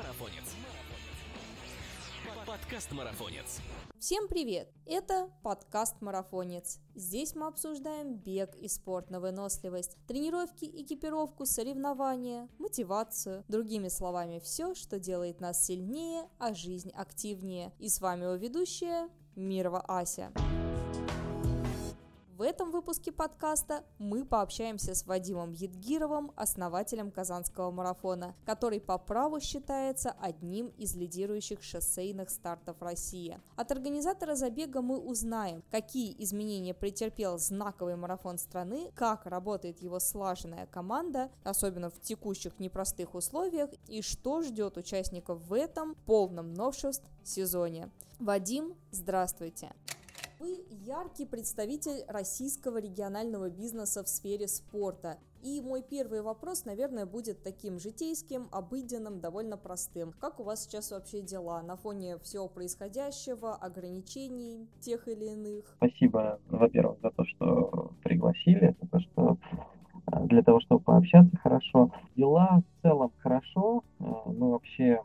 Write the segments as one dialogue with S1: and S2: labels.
S1: Подкаст «Марафонец».
S2: Всем привет! Это подкаст «Марафонец». Здесь мы обсуждаем бег и спорт на выносливость, тренировки, экипировку, соревнования, мотивацию. Другими словами, все, что делает нас сильнее, а жизнь активнее. И с вами его ведущая Мирова Ася. В этом выпуске подкаста мы пообщаемся с Вадимом Едгировым, основателем Казанского марафона, который по праву считается одним из лидирующих шоссейных стартов России. От организатора забега мы узнаем, какие изменения претерпел знаковый марафон страны, как работает его слаженная команда, особенно в текущих непростых условиях, и что ждет участников в этом полном новшеств сезоне. Вадим, здравствуйте! Вы яркий представитель российского регионального бизнеса в сфере спорта. И мой первый вопрос, наверное, будет таким житейским, обыденным, довольно простым. Как у вас сейчас вообще дела на фоне всего происходящего, ограничений тех или иных?
S3: Спасибо, во-первых, за то, что пригласили, за то, что для того, чтобы пообщаться хорошо. Дела в целом хорошо. Мы вообще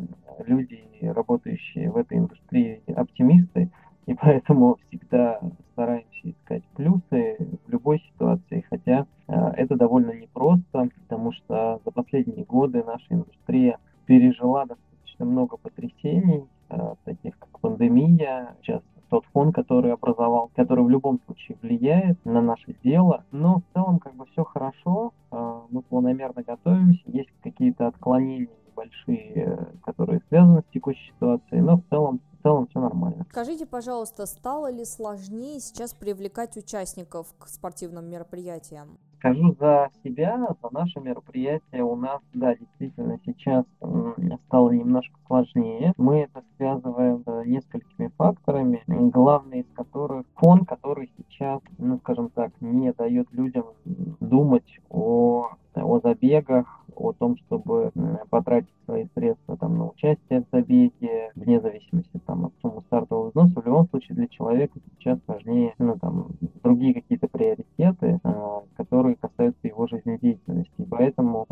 S3: люди, работающие в этой индустрии, оптимисты. И поэтому всегда стараемся искать плюсы в любой ситуации, хотя это довольно непросто, потому что за последние годы наша индустрия пережила достаточно много потрясений, таких как пандемия, сейчас тот фон, который образовал, который в любом случае влияет на наше дело, но в целом все хорошо, мы планомерно готовимся, есть какие-то отклонения небольшие, которые связаны с текущей ситуацией, но в целом все нормально.
S2: Скажите, пожалуйста, стало ли сложнее сейчас привлекать участников к спортивным мероприятиям?
S3: Скажу за себя, за наше мероприятие у нас, да, действительно сейчас стало немножко сложнее. Мы это связываем с несколькими факторами, главный из которых фон, который сейчас, скажем так, не дает людям думать о забегах, о том, чтобы потратить свои средства на участие в забеге, вне зависимости от суммы стартового взноса. В любом случае для человека сейчас важнее другие какие-то приоритеты, которые касаются его жизнедеятельности. И поэтому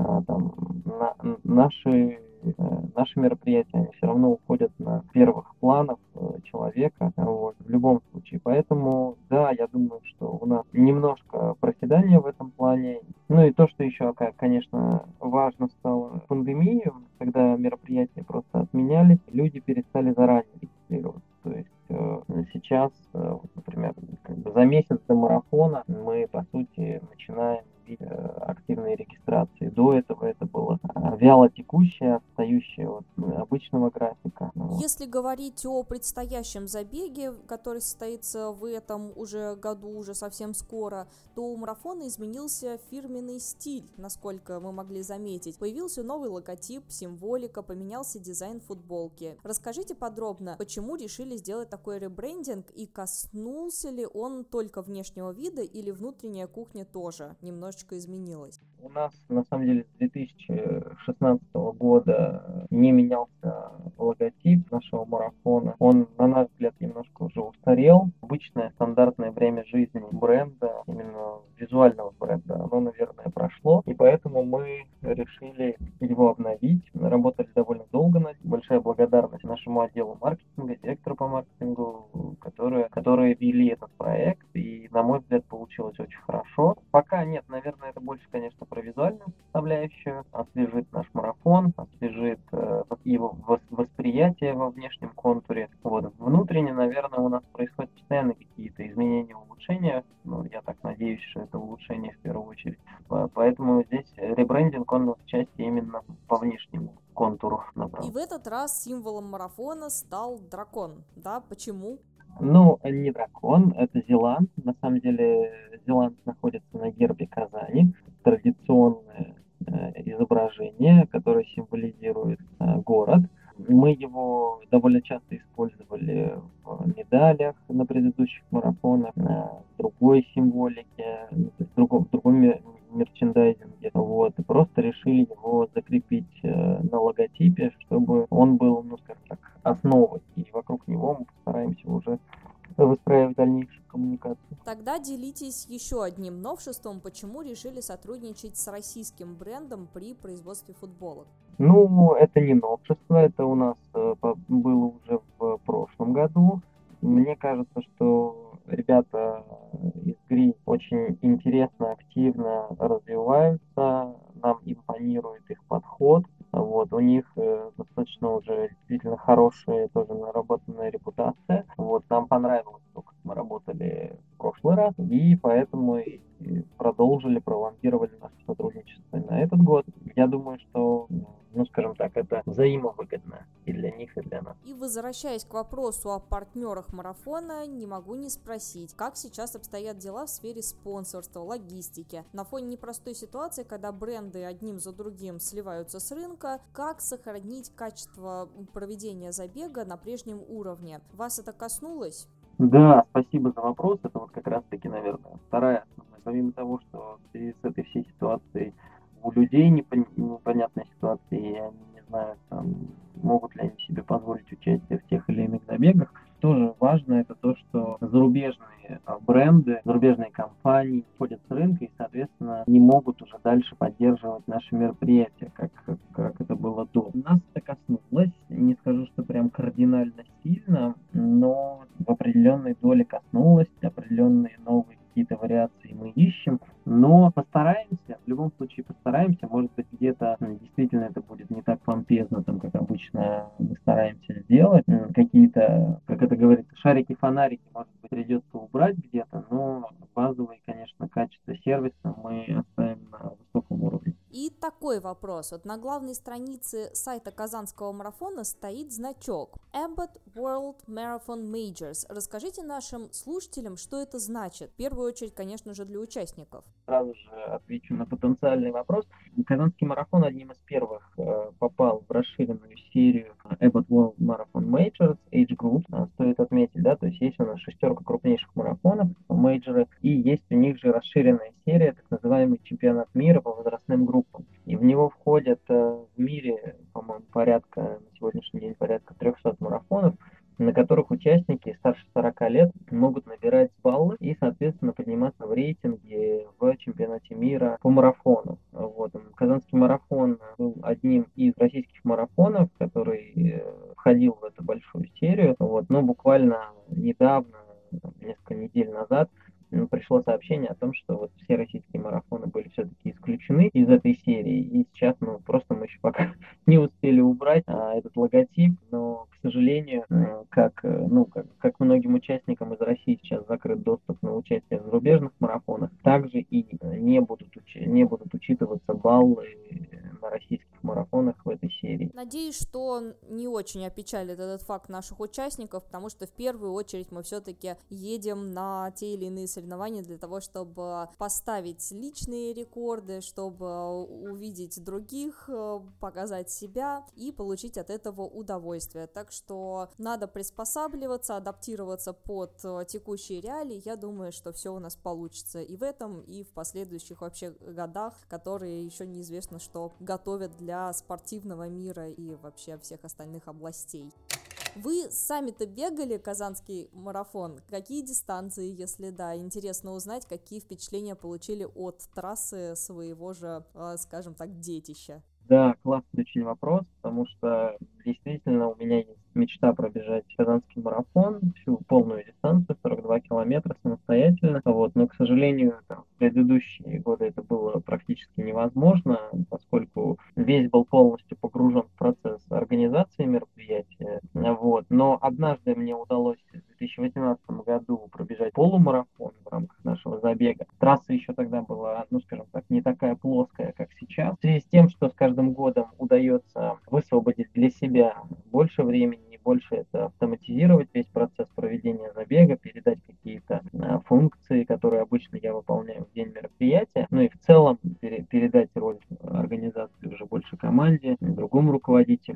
S3: наши мероприятия, они все равно уходят на первых планов человека, в любом случае. Поэтому, да, я думаю, что у нас немножко проседание в этом плане. Ну и то, что еще, конечно, важно стало пандемию, когда мероприятия просто отменялись, люди перестали заранее регистрироваться. То есть сейчас, например, за месяц до марафона мы, по сути, начинаем видеть активные регистрации. До этого это было вяло текущее, отстающее от обычного графика.
S2: Если говорить о предстоящем забеге, который состоится в этом уже году, уже совсем скоро, то у марафона изменился фирменный стиль, насколько мы могли заметить. Появился новый логотип, символика, поменялся дизайн футболки. Расскажите подробно, почему решили сделать такой ребрендинг и коснулся ли он только внешнего вида или внутренняя кухня тоже немножечко изменилась?
S3: У нас, на самом деле, с 2016 года не менялся логотип нашего марафона. Он, на наш взгляд, немножко уже устарел. Обычное стандартное время жизни бренда, именно визуального бренда, оно, наверное, прошло. И поэтому мы решили его обновить. Мы работали довольно долго над ним. Большая благодарность нашему отделу маркетинга, директору по маркетингу, которые вели этот проект. И, на мой взгляд, получилось очень хорошо. Пока нет, наверное, это больше, конечно, про визуальную составляющую, освежит наш марафон, освежит его восприятие во внешнем контуре. Внутренне, наверное, у нас происходят постоянно какие-то изменения, улучшения. Я так надеюсь, что это улучшение в первую очередь. Поэтому здесь ребрендинг, он в части именно по внешнему контуру направлен.
S2: И в этот раз символом марафона стал дракон, да? Почему?
S3: Не дракон, это Зеланд. На самом деле Зеланд находится на гербе Казани. Традиционное изображение, которое символизирует город. Мы его довольно часто использовали в медалях на предыдущих марафонах, в другой символике, в другом мерчендайзинге. И просто решили его закрепить на логотипе, чтобы он был, основой. И вокруг него мы постараемся уже выстраивать дальнейшую коммуникацию.
S2: Тогда делитесь еще одним новшеством, почему решили сотрудничать с российским брендом при производстве футболок.
S3: Ну, это не новшество, это у нас было уже в прошлом году. Мне кажется, что ребята из ГРИ очень интересно, активно развиваются, нам импонирует их подход. Вот, у них достаточно уже действительно хорошая, тоже наработанная репутация. Вот, нам понравилось то, как мы работали в прошлый раз, и поэтому и продолжили, пролонгировали наше сотрудничество на этот год. Я думаю, что, ну, скажем так, это взаимовыгодно и для них, и для нас.
S2: И возвращаясь к вопросу о партнерах марафона, не могу не спросить, как сейчас обстоят дела в сфере спонсорства, логистики. На фоне непростой ситуации, когда бренды одним за другим сливаются с рынка, как сохранить качество проведения забега на прежнем уровне? Вас это коснулось?
S3: Да, спасибо за вопрос. Это вот как раз-таки, наверное, вторая основная. Помимо того, что в связи с этой всей ситуацией у людей непонятная ситуация, и они не знают, там, могут ли они себе позволить участие в тех или иных забегах. Тоже важно это то, что зарубежные бренды, зарубежные компании входят с рынка и, соответственно, не могут уже дальше поддерживать наши мероприятия, как это было до. Нас это коснулось, не скажу, что прям кардинально сильно, но в определенной доле коснулось, определенные новые какие-то вариации мы ищем, но постараемся, в любом случае постараемся, может быть, где-то действительно это будет не так помпезно, там, как обычно мы стараемся сделать, какие-то, как это говорится, шарики-фонарики, может быть, придется убрать где-то, но базовые, конечно, качество сервиса мы оставим на высоком уровне.
S2: И такой вопрос. Вот на главной странице сайта Казанского марафона стоит значок Abbott World Marathon Majors. Расскажите нашим слушателям, что это значит. В первую очередь, конечно же, для участников.
S3: Сразу же отвечу на потенциальный вопрос. Казанский марафон одним из первых попал в расширенную серию Abbott World Marathon Majors Age Group. Стоит отметить, да, то есть есть у нас 6 крупнейших марафонов, мейджоры, и есть у них же расширенная серия, так называемый чемпионат мира по возрастным группам. И в него входят в мире, по-моему, на сегодняшний день порядка 300 марафонов, на которых участники старше 40 лет могут набирать баллы и, соответственно, подниматься в рейтинге в чемпионате мира по марафону. Вот. Казанский марафон был одним из российских марафонов, который входил в эту большую серию. Вот. Но буквально недавно, несколько недель назад, пришло сообщение о том, что вот все российские марафоны были все-таки исключены из этой серии, и сейчас, просто мы еще пока не успели убрать этот логотип, но, к сожалению, как многим участникам из России сейчас закрыт доступ на участие в зарубежных марафонах, также и не будут учитываться баллы на российских марафонах в этой серии.
S2: Надеюсь, что не очень опечалит этот факт наших участников, потому что в первую очередь мы все-таки едем на те или иные соревнования для того, чтобы поставить личные рекорды, чтобы увидеть других, показать себя и получить от этого удовольствие. Так что надо приспосабливаться, адаптироваться под текущие реалии. Я думаю, что все у нас получится и в этом, и в последующих вообще годах, которые еще неизвестно, что готовят для спортивного мира и вообще всех остальных областей. Вы сами-то бегали Казанский марафон? Какие дистанции, если да? Интересно узнать, какие впечатления получили от трассы своего же, скажем так, детища.
S3: Да, классный очень вопрос, потому что действительно у меня есть мечта пробежать Казанский марафон, всю полную дистанцию, 42 километра самостоятельно. Вот. Но, к сожалению, в предыдущие годы это было практически невозможно, поскольку весь был полностью погружен в процесс организации мероприятия. Вот. Но однажды мне удалось в 2018 году пробежать полумарафон в рамках нашего забега. Трасса еще тогда была, скажем так, не такая плоская, как сейчас. В связи с тем, что с каждым годом удается высвободить для себя больше времени, больше это автоматизировать весь процесс проведения забега, передать какие-то функции, которые обычно я выполняю в день мероприятия, и в целом передать роль организации уже больше команде, другому руководителю.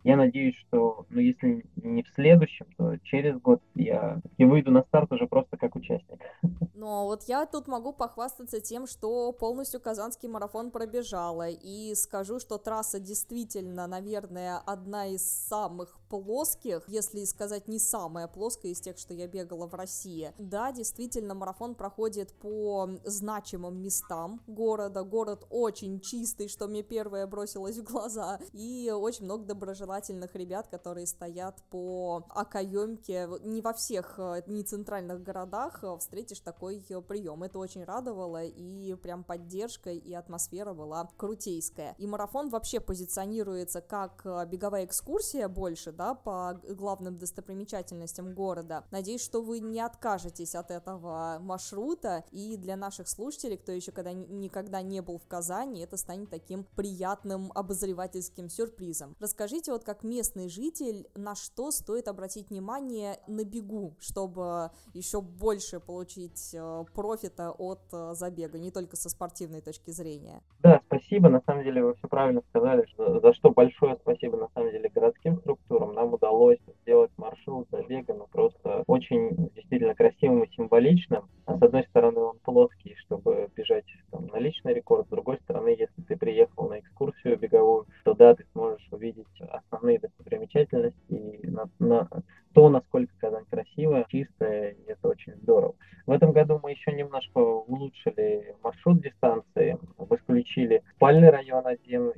S3: Я надеюсь, что, ну, если не в следующем, то через год я все-таки выйду на старт уже просто как участник.
S2: Но вот я тут могу похвастаться тем, что полностью Казанский марафон пробежала, и скажу, что трасса действительно, наверное, одна из самых плоских, если сказать не самая плоская из тех, что я бегала в России. Да, действительно, марафон проходит по значимым местам города, город очень чистый, что мне первое бросилось в глаза, и очень много доброжелательных ребят, которые стоят по окоемке. Не во всех, не центральных городах встретишь такой прием. Это очень радовало, и прям поддержка и атмосфера была крутейская. И марафон вообще позиционируется как беговая экскурсия больше, да, по главным достопримечательностям города. Надеюсь, что вы не откажетесь от этого маршрута, и для наших слушателей, кто еще никогда не был в Казани, это станет таким приятным обозревательским сюрпризом. Расскажите, вот как местный житель, на что стоит обратить внимание на бегу, чтобы еще больше получить профита от забега, не только со спортивной точки зрения.
S3: Да, спасибо. На самом деле вы все правильно сказали, за что большое спасибо на самом деле городским структурам. Нам удалось сделать маршрут забега, ну, просто очень действительно красивым и символичным. А с одной стороны он плоский, чтобы бежать там, на личный рекорд, с другой стороны, если ты приехал на экскурсию беговую, то да, ты сможешь увидеть основные достопримечательности и на то, насколько Казань красивая, чистая, и это очень здорово. В этом году мы еще немножко улучшили маршрут дистанции, исключили спальный район один,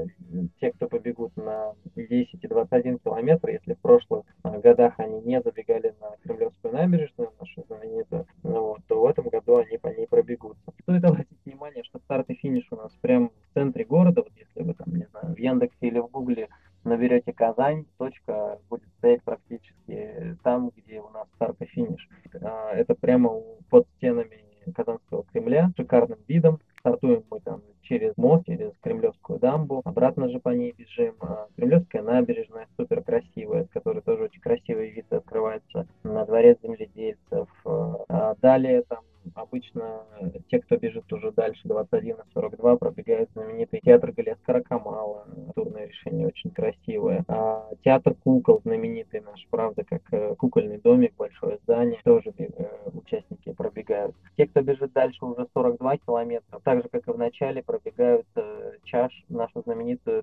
S3: те, кто побегут на 10 и 21 километра, если в прошлых годах они не забегали на Кремлевскую набережную, нашу знаменитую, ну, вот, то в этом году они по ней пробегутся. Стоит обратить внимание, что старт и финиш у нас прямо в центре города, вот если вы там, не знаю, в Яндексе или в Гугле наберете Казань, точка будет стоять практически там, где у нас старт и финиш. Это прямо под стенами Казанского Кремля, шикарным видом. Стартуем мы там через мост, через Кремлевскую дамбу, обратно же по ней бежим. Кремлевская набережная супер красивая, с которой тоже очень красивые виды открываются на дворец земледельцев. Далее там обычно те, кто бежит уже дальше, 21 и 42, пробегают знаменитый театр Галиаскара-Камала. Турное решение очень красивое. Театр кукол знаменитый наш, правда, как кукольный домик, большое здание, тоже участники пробегают. Те, кто бежит дальше уже 42 километра, так же, как и в начале, пробегают чаш, нашу знаменитую,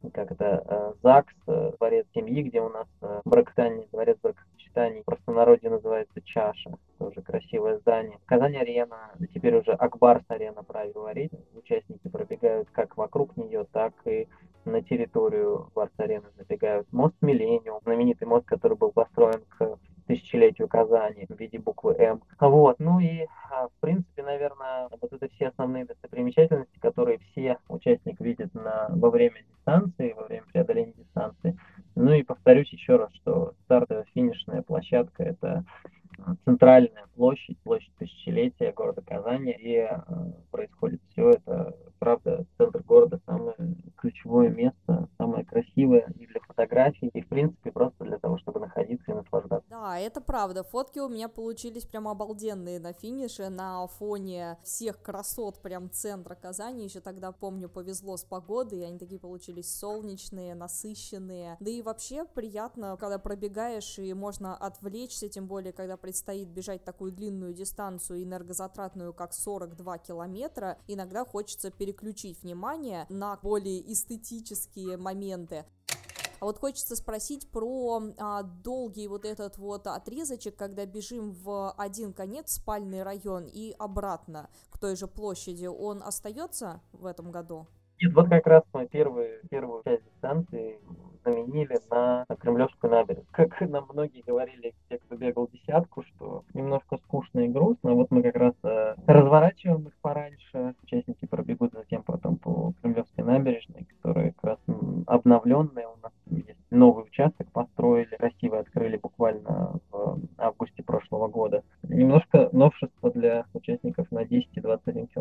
S3: ЗАГС, дворец семьи, где у нас бракосочетание, дворец бракосочетаний, в простонародье называется Чаша, тоже красивое здание. Казань-арена, теперь уже Акбарс-арена, правильно говорить, участники пробегают как вокруг нее, так и на территорию Акбарс-арены забегают. Мост Миллениум, знаменитый мост, который был построен к тысячелетию Казани в виде буквы М. Вот, ну и в принципе, наверное, вот это все основные достопримечательности, которые все участники видят во время дистанции, во время преодоления дистанции. Ну и повторюсь еще раз, что стартово-финишная площадка – это центральная площадь, площадь тысячелетия города Казани, и происходит все это, правда, центр города самое ключевое место, самое красивое и для фотографий, и в принципе просто для того, чтобы находиться и наслаждаться.
S2: Да, это правда. Фотки у меня получились прям обалденные на финише, на фоне всех красот прям центра Казани. Еще тогда, помню, повезло с погодой, и они такие получились солнечные, насыщенные. Да и вообще приятно, когда пробегаешь, и можно отвлечься, тем более, когда предстоит бежать такую длинную дистанцию, энергозатратную, как 42 километра. Иногда хочется переключить внимание на более эстетические моменты. А вот хочется спросить про долгий вот этот вот отрезочек, когда бежим в один конец, спальный район, и обратно к той же площади. Он остается в этом году?
S3: Нет, вот как раз мы первую часть дистанции заменили на Кремлевскую набережную. Как нам многие говорили, те, кто бегал десятку, что немножко скучно и грустно. Вот мы как раз разворачиваем их пораньше. Участники пробегут затем потом по Кремлевской набережной, которая как раз обновленная. У нас есть новый участок, построили, красиво открыли буквально в августе прошлого года. Немножко новшество для участников на 10 и 21 километр.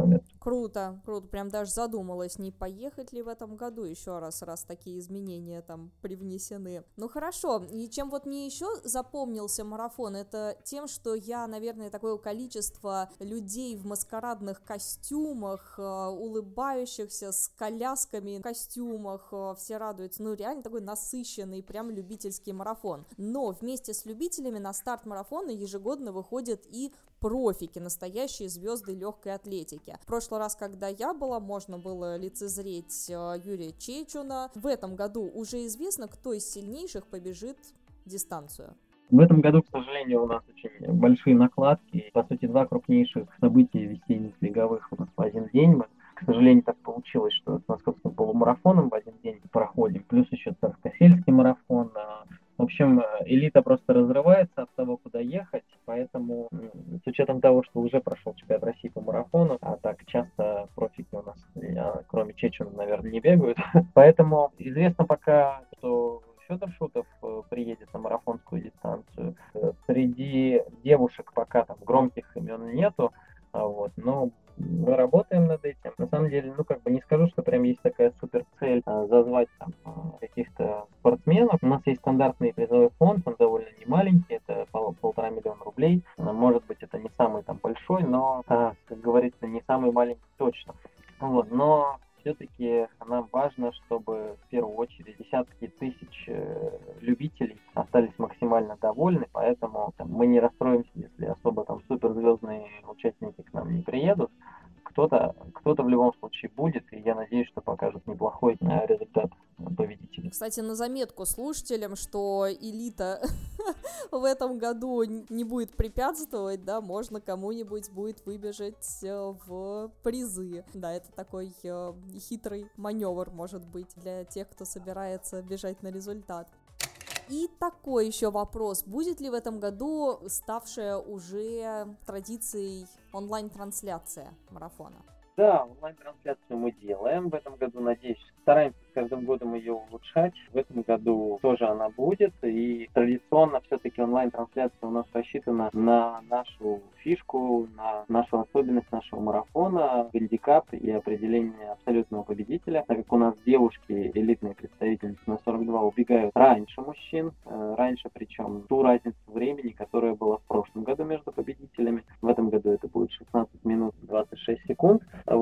S2: Круто, круто, прям даже задумалась, не поехать ли в этом году еще раз такие изменения там привнесены. Ну хорошо, и чем вот мне еще запомнился марафон, это тем, что я, наверное, такое количество людей в маскарадных костюмах, улыбающихся с колясками в костюмах, все радуются, ну реально такой насыщенный, прям любительский марафон. Но вместе с любителями на старт марафона ежегодно выходят и профики, настоящие звезды легкой атлетики. В прошлый раз, когда я была, можно было лицезреть Юрия Чечуна. В этом году уже известно, кто из сильнейших побежит дистанцию.
S3: В этом году, к сожалению, у нас очень большие накладки. По сути, два крупнейших события весенних беговых у нас в один день. К сожалению, так получилось, что с московским полумарафоном в один день проходим, плюс еще Царскосельский марафон. В общем, элита просто разрывается от того, куда ехать, поэтому с учетом того, что уже прошел чемпионат России по марафону, а так часто профики у нас, кроме Чечуна, наверное, не бегают, поэтому известно пока, что Федор Шутов приедет на марафонскую дистанцию. Среди девушек пока там громких имен нету, но мы работаем над этим. На самом деле, не скажу, что прям есть такая супер цель зазвать там каких-то спортсменов. У нас есть стандартный призовой фонд, он довольно немаленький, это 1,5 миллиона рублей. Может быть, это не самый там большой, но, как говорится, не самый маленький точно. Но все-таки нам важно, чтобы в первую очередь десятки тысяч любителей остались максимально довольны, поэтому мы не расстроимся, если особо там суперзвездные участники к нам не приедут. Кто-то в любом случае будет, и я надеюсь, что покажут неплохой результат победителей.
S2: Кстати, на заметку слушателям, что элита в этом году не будет препятствовать, да, можно кому-нибудь будет выбежать в призы. Да, это такой хитрый маневр, может быть, для тех, кто собирается бежать на результат. И такой еще вопрос. Будет ли в этом году ставшая уже традицией онлайн-трансляция марафона?
S3: Да, онлайн-трансляцию мы делаем в этом году, надеюсь, стараемся с каждым годом ее улучшать. В этом году тоже она будет, и традиционно все-таки онлайн-трансляция у нас рассчитана на нашу фишку, на нашу особенность нашего марафона, гандикап и определение абсолютного победителя, так как у нас девушки, элитные представительницы на 42 убегают раньше мужчин, раньше причем ту разницу времени, которая была в прошлом году между победителями. В этом году это будет 16 минут 26 секунд.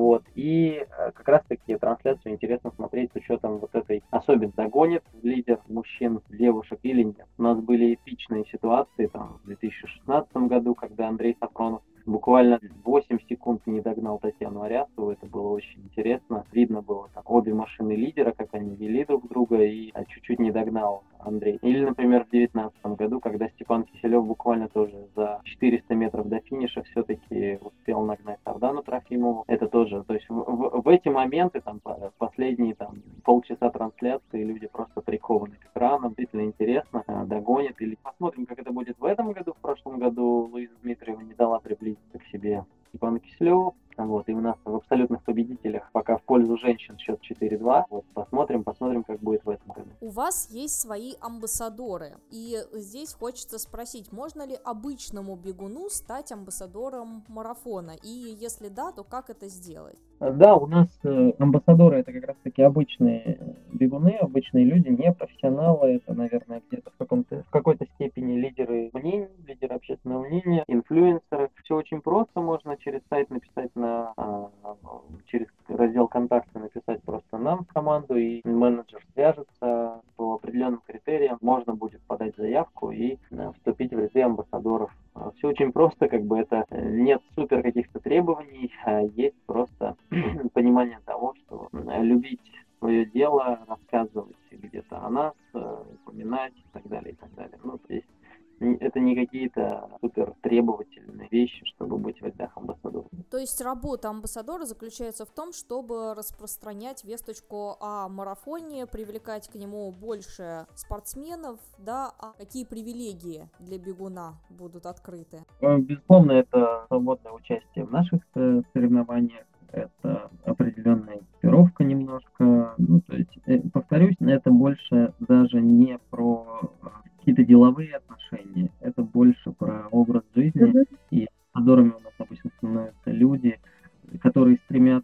S3: И как раз таки трансляцию интересно смотреть с учетом вот этой особенности. Догонит лидер мужчин, девушек или нет. У нас были эпичные ситуации там в 2016 году, когда Андрей Сафронов буквально 8 секунд не догнал Татьяну Арясову. Это было очень интересно. Видно было там обе машины лидера, как они вели друг друга, и чуть-чуть не догнал Андрей. Или, например, в 2019 году, когда Степан Киселев буквально тоже за 400 метров до финиша все-таки успел нагнать Сардану Трофимову. Это тоже, то есть в эти моменты, там, последние полчаса трансляции, люди просто прикованы к экрану. Действительно интересно, догонит. Или посмотрим, как это будет в этом году. В прошлом году Луиза Дмитриева не дала приблизиться к себе Степану Киселеву. И у нас в абсолютных победителях пока в пользу женщин счет 4-2. Посмотрим, как будет в этом году.
S2: У вас есть свои амбассадоры. И здесь хочется спросить, можно ли обычному бегуну стать амбассадором марафона? И если да, то как это сделать?
S3: Да, у нас амбассадоры — это как раз-таки обычные бегуны, обычные люди, не профессионалы. Это, наверное, где-то в какой-то степени лидеры мнений, лидеры общественного мнения, инфлюенсеры. Все очень просто, можно через сайт написать через раздел «Контакты» написать просто нам в команду, и менеджер свяжется по определенным критериям. Можно будет подать заявку и вступить в ряды амбассадоров. Все очень просто, это нет супер каких-то требований, а есть просто понимание того, что любить свое дело, рассказывать где-то о нас, упоминать и так далее, и так далее. То есть это не какие-то супер требовательные вещи, чтобы быть в рядах амбассадоров.
S2: То есть работа амбассадора заключается в том, чтобы распространять весточку о марафоне, привлекать к нему больше спортсменов, да, а какие привилегии для бегуна будут открыты?
S3: Безусловно, это свободное участие в наших соревнованиях, это определенная экипировка немножко. То есть, повторюсь, это больше даже не про какие-то деловые отношения, это больше про образ жизни. И амбассадорами у нас, допустим, становятся люди, которые стремятся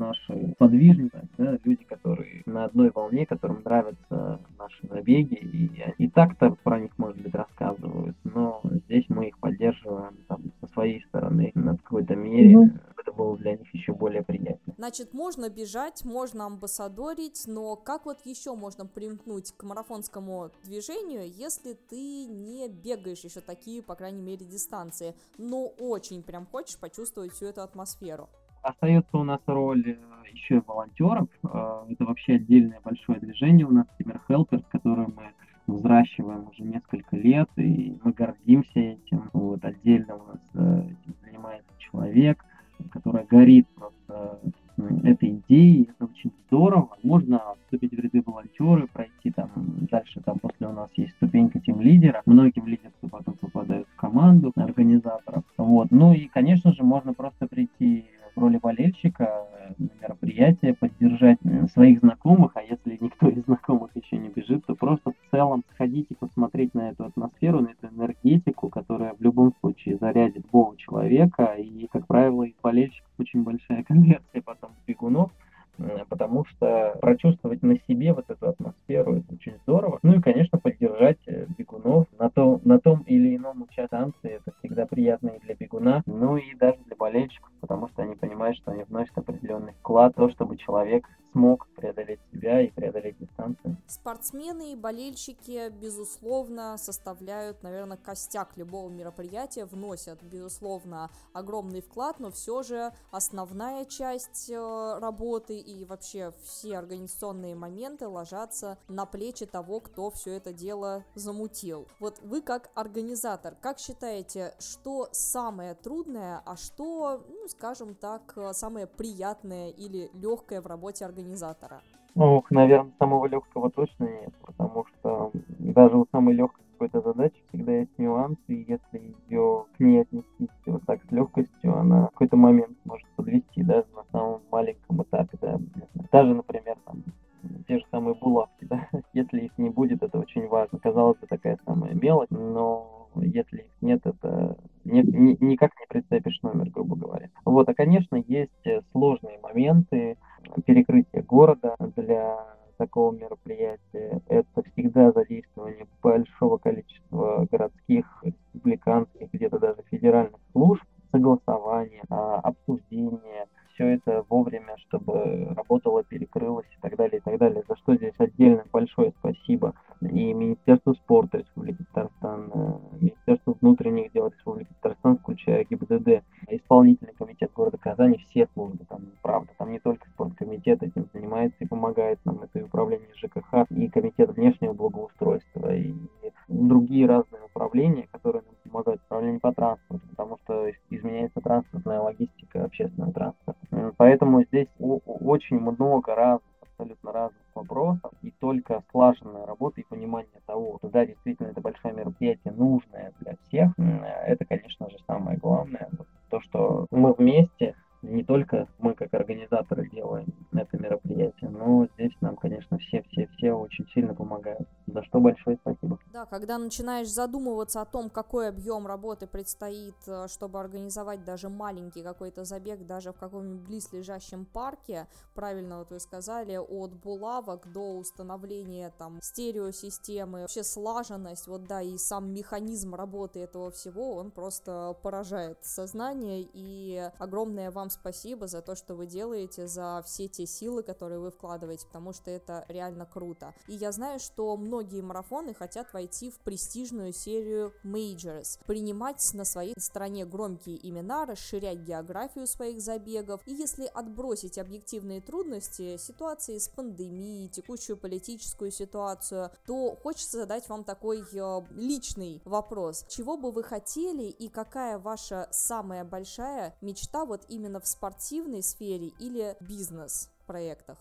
S3: наши подвижники, да, люди, которые на одной волне, которым нравятся наши забеги, и так-то про них, может быть, рассказывают, но здесь мы их поддерживаем там, со своей стороны в какой-то мере, это было для них еще более приятно.
S2: Значит, можно бежать, можно амбассадорить, но как вот еще можно примкнуть к марафонскому движению, если ты не бегаешь еще такие, по крайней мере, дистанции, но очень прям хочешь почувствовать всю эту атмосферу?
S3: Остается у нас роль еще и волонтеров. Это вообще отдельное большое движение у нас, Team Helpers, которое мы взращиваем уже несколько лет, и мы гордимся этим. Вот, отдельно у нас этим занимается человек, который горит просто этой идеей. Это очень здорово. Можно вступить в ряды волонтеры, пройти там дальше. Там после у нас есть ступенька тим-лидера. Многим лидеры потом попадают в команду организаторов. Вот. Ну и, конечно же, можно просто прийти в роли болельщика на мероприятие, поддержать своих знакомых, а если никто из знакомых еще не бежит, то просто в целом сходить и посмотреть на эту атмосферу, на эту энергетику, которая в любом случае зарядит любого человека, и, как правило, из болельщиков очень большая конверсия потом бегунов, потому что прочувствовать на себе вот эту атмосферу, это очень здорово. Ну и, конечно, поддержать бегунов на том или ином участке станции, это всегда приятно и для бегуна, ну и даже для болельщиков, потому что они понимают, что они вносят определенный вклад в то, чтобы человек смог преодолеть себя и преодолеть дистанцию.
S2: Спортсмены и болельщики, безусловно, составляют, наверное, костяк любого мероприятия, вносят, безусловно, огромный вклад, но все же основная часть работы и вообще все организационные моменты ложатся на плечи того, кто все это дело замутил. Вот вы как организатор, как считаете, что самое трудное, а что, ну, скажем так, самое приятное или легкое в работе организатора?
S3: Наверное, самого легкого точно нет, потому что даже у самой легкой какой-то задачи всегда есть нюансы, и если ее к ней отнестись вот так с легкостью, она в какой-то момент может подвести даже на самом маленьком этапе, да, даже, например, там, те же самые булавки, да, если их не будет, это очень важно. Казалось бы, такая самая мелочь, но если их нет, это никак не прицепишь номер, грубо говоря. Вот, а, конечно, есть сложные моменты перекрытия города для такого мероприятия. Это всегда задействование большого количества городских, республиканских, где-то даже федеральных служб, согласование, обсуждение, все это вовремя, чтобы работало, перекрылось и так далее, за что здесь отдельно большое спасибо и Министерству спорта Республики Татарстан, Министерству внутренних дел Республики Татарстан, включая ГИБДД, исполнительный комитет города Казани, все службы, там, правда, там не только спорткомитет этим занимается и помогает нам, это и управление ЖКХ, и комитет внешнего благоустройства, и другие разные управления, которые нам помогают, управление по транспорту, потому что изменяется транспортная логистика общественного транспорта. Поэтому здесь очень много разных, абсолютно разных вопросов, и только слаженная работа и понимание того, что да, действительно это большое мероприятие, нужное для всех, это, конечно же, самое главное. То, что мы вместе, не только мы как организаторы делаем это мероприятие, но здесь нам, конечно, все очень сильно помогают, за что большое спасибо.
S2: Да, когда начинаешь задумываться о том, какой объем работы предстоит, чтобы организовать даже маленький какой-то забег, даже в каком-нибудь близлежащем парке, правильно вот вы сказали, от булавок до установления там стереосистемы, вообще слаженность, вот да, и сам механизм работы этого всего, он просто поражает сознание, и огромное вам спасибо за то, что вы делаете, за все те силы, которые вы вкладываете, потому что это реально круто. И я знаю, что многие марафоны хотят войти в престижную серию Majors, принимать на своей стороне громкие имена, расширять географию своих забегов. И если отбросить объективные трудности, ситуации с пандемией, текущую политическую ситуацию, то хочется задать вам такой личный вопрос. Чего бы вы хотели и какая ваша самая большая мечта вот именно в спортивной сфере или бизнес-проектах?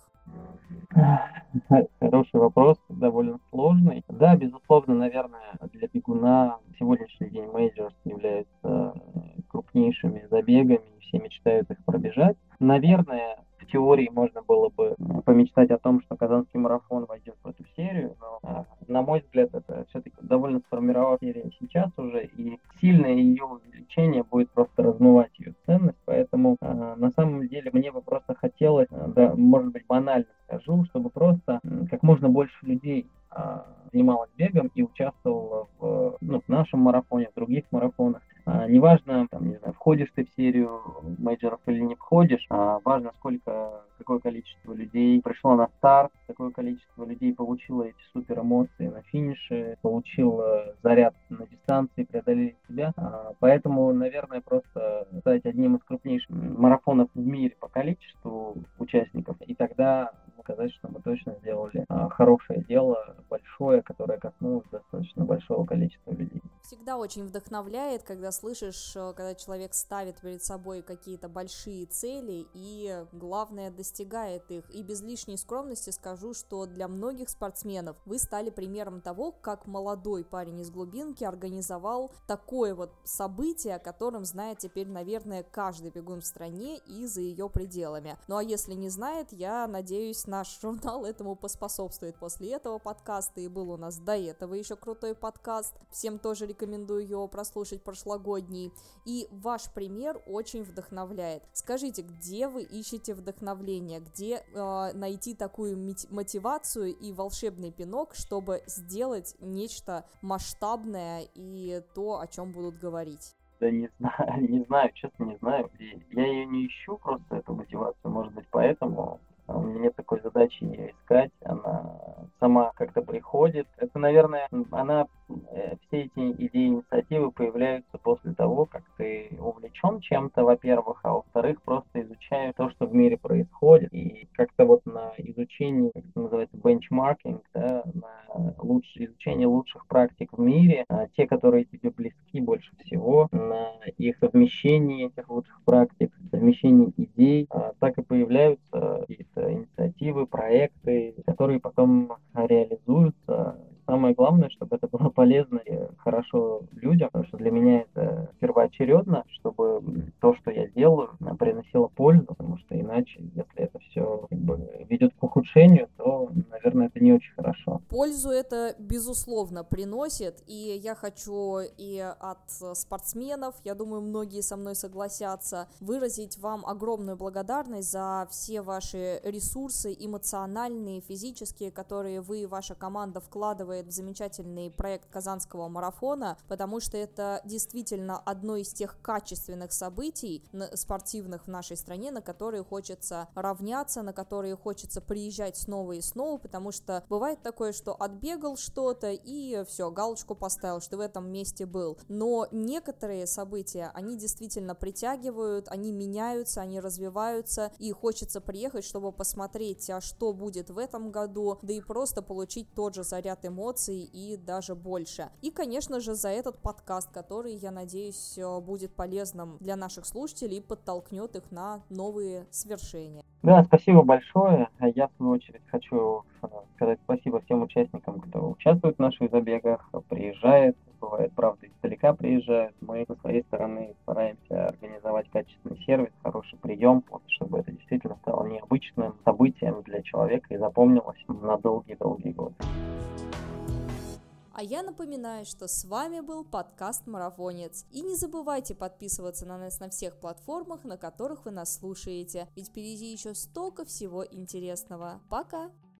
S3: Хороший вопрос, довольно сложный. Да, безусловно, наверное, для бегуна сегодняшний день мейджорс являются крупнейшими забегами, все мечтают их пробежать. Наверное, в теории можно было бы помечтать о том, что Казанский марафон войдет в эту серию, но, на мой взгляд, это все-таки довольно сформировалась серия сейчас уже, и сильное ее увеличение будет просто размывать ее ценность, поэтому на самом деле мне бы просто хотелось, да, может быть, банально скажу, чтобы просто как можно больше людей занималась бегом и участвовала в нашем марафоне, в других марафонах. Неважно, там, не знаю, входишь ты в серию мейджоров или не входишь, важно, какое количество людей пришло на старт, какое количество людей получило эти супер эмоции на финише, получило заряд на дистанции, преодолели себя. Поэтому, наверное, просто стать одним из крупнейших марафонов в мире по количеству участников, и тогда сказать, что мы точно сделали хорошее дело, большое, которое коснулось достаточно большого количества людей.
S2: Всегда очень вдохновляет, когда слышишь, когда человек ставит перед собой какие-то большие цели и, главное, достигает их. И без лишней скромности скажу, что для многих спортсменов вы стали примером того, как молодой парень из глубинки организовал такое вот событие, о котором знает теперь, наверное, каждый бегун в стране и за ее пределами. Ну а если не знает, я надеюсь, наш журнал этому поспособствует после этого подкаста, и был у нас до этого еще крутой подкаст. Всем тоже рекомендую его прослушать, прошлогодний. И ваш пример очень вдохновляет. Скажите, где вы ищете вдохновление, где найти такую мотивацию и волшебный пинок, чтобы сделать нечто масштабное и то, о чем будут говорить?
S3: Да не знаю, честно не знаю. Я ее не ищу, просто эту мотивацию, может быть, поэтому у меня нет такой задачи ее искать, она сама как-то приходит. Это, наверное, все эти идеи, инициативы появляются после того, как ты увлечен чем-то, во-первых, а во-вторых, просто изучаешь то, что в мире происходит, и как-то вот на изучении, как это называется, бенчмаркинг, да, на изучение лучших практик в мире, те, которые тебе близки больше всего, на их совмещении этих лучших практик, совмещении идей, так и появляются какие-то инициативы, проекты, которые потом реализуются. Самое главное, чтобы это было полезно и хорошо людям, потому что для меня это первоочередно, чтобы то, что я делаю, приносило пользу, потому что иначе, если это все ведет к ухудшению, то, наверное, это не очень хорошо.
S2: Пользу это, безусловно, приносит, и я хочу и от спортсменов, я думаю, многие со мной согласятся, выразить вам огромную благодарность за все ваши ресурсы эмоциональные, физические, которые вы и ваша команда вкладывает в замечательный проект Казанского марафона, потому что это действительно одно из тех качественных событий спортивных в нашей стране, на которые хочется равняться, на которые хочется приезжать снова и снова, потому что бывает такое, что отбегал что-то и все, галочку поставил, что в этом месте был. Но некоторые события, они действительно притягивают, они меняются, они развиваются, и хочется приехать, чтобы посмотреть, а что будет в этом году, да и просто получить тот же заряд эмоций и даже больше. И, конечно же, за этот подкаст, который, я надеюсь, будет полезным для наших слушателей и подтолкнет их на новые свершения.
S3: Да, спасибо большое. Я, в свою очередь, хочу сказать спасибо всем участникам, кто участвует в наших забегах, приезжает, бывает, правда, издалека приезжает. Мы, со своей стороны, стараемся организовать качественный сервис, хороший прием, чтобы это действительно стало необычным событием для человека и запомнилось на долгие-долгие годы.
S2: А я напоминаю, что с вами был подкаст «Марафонец». И не забывайте подписываться на нас на всех платформах, на которых вы нас слушаете, ведь впереди еще столько всего интересного. Пока!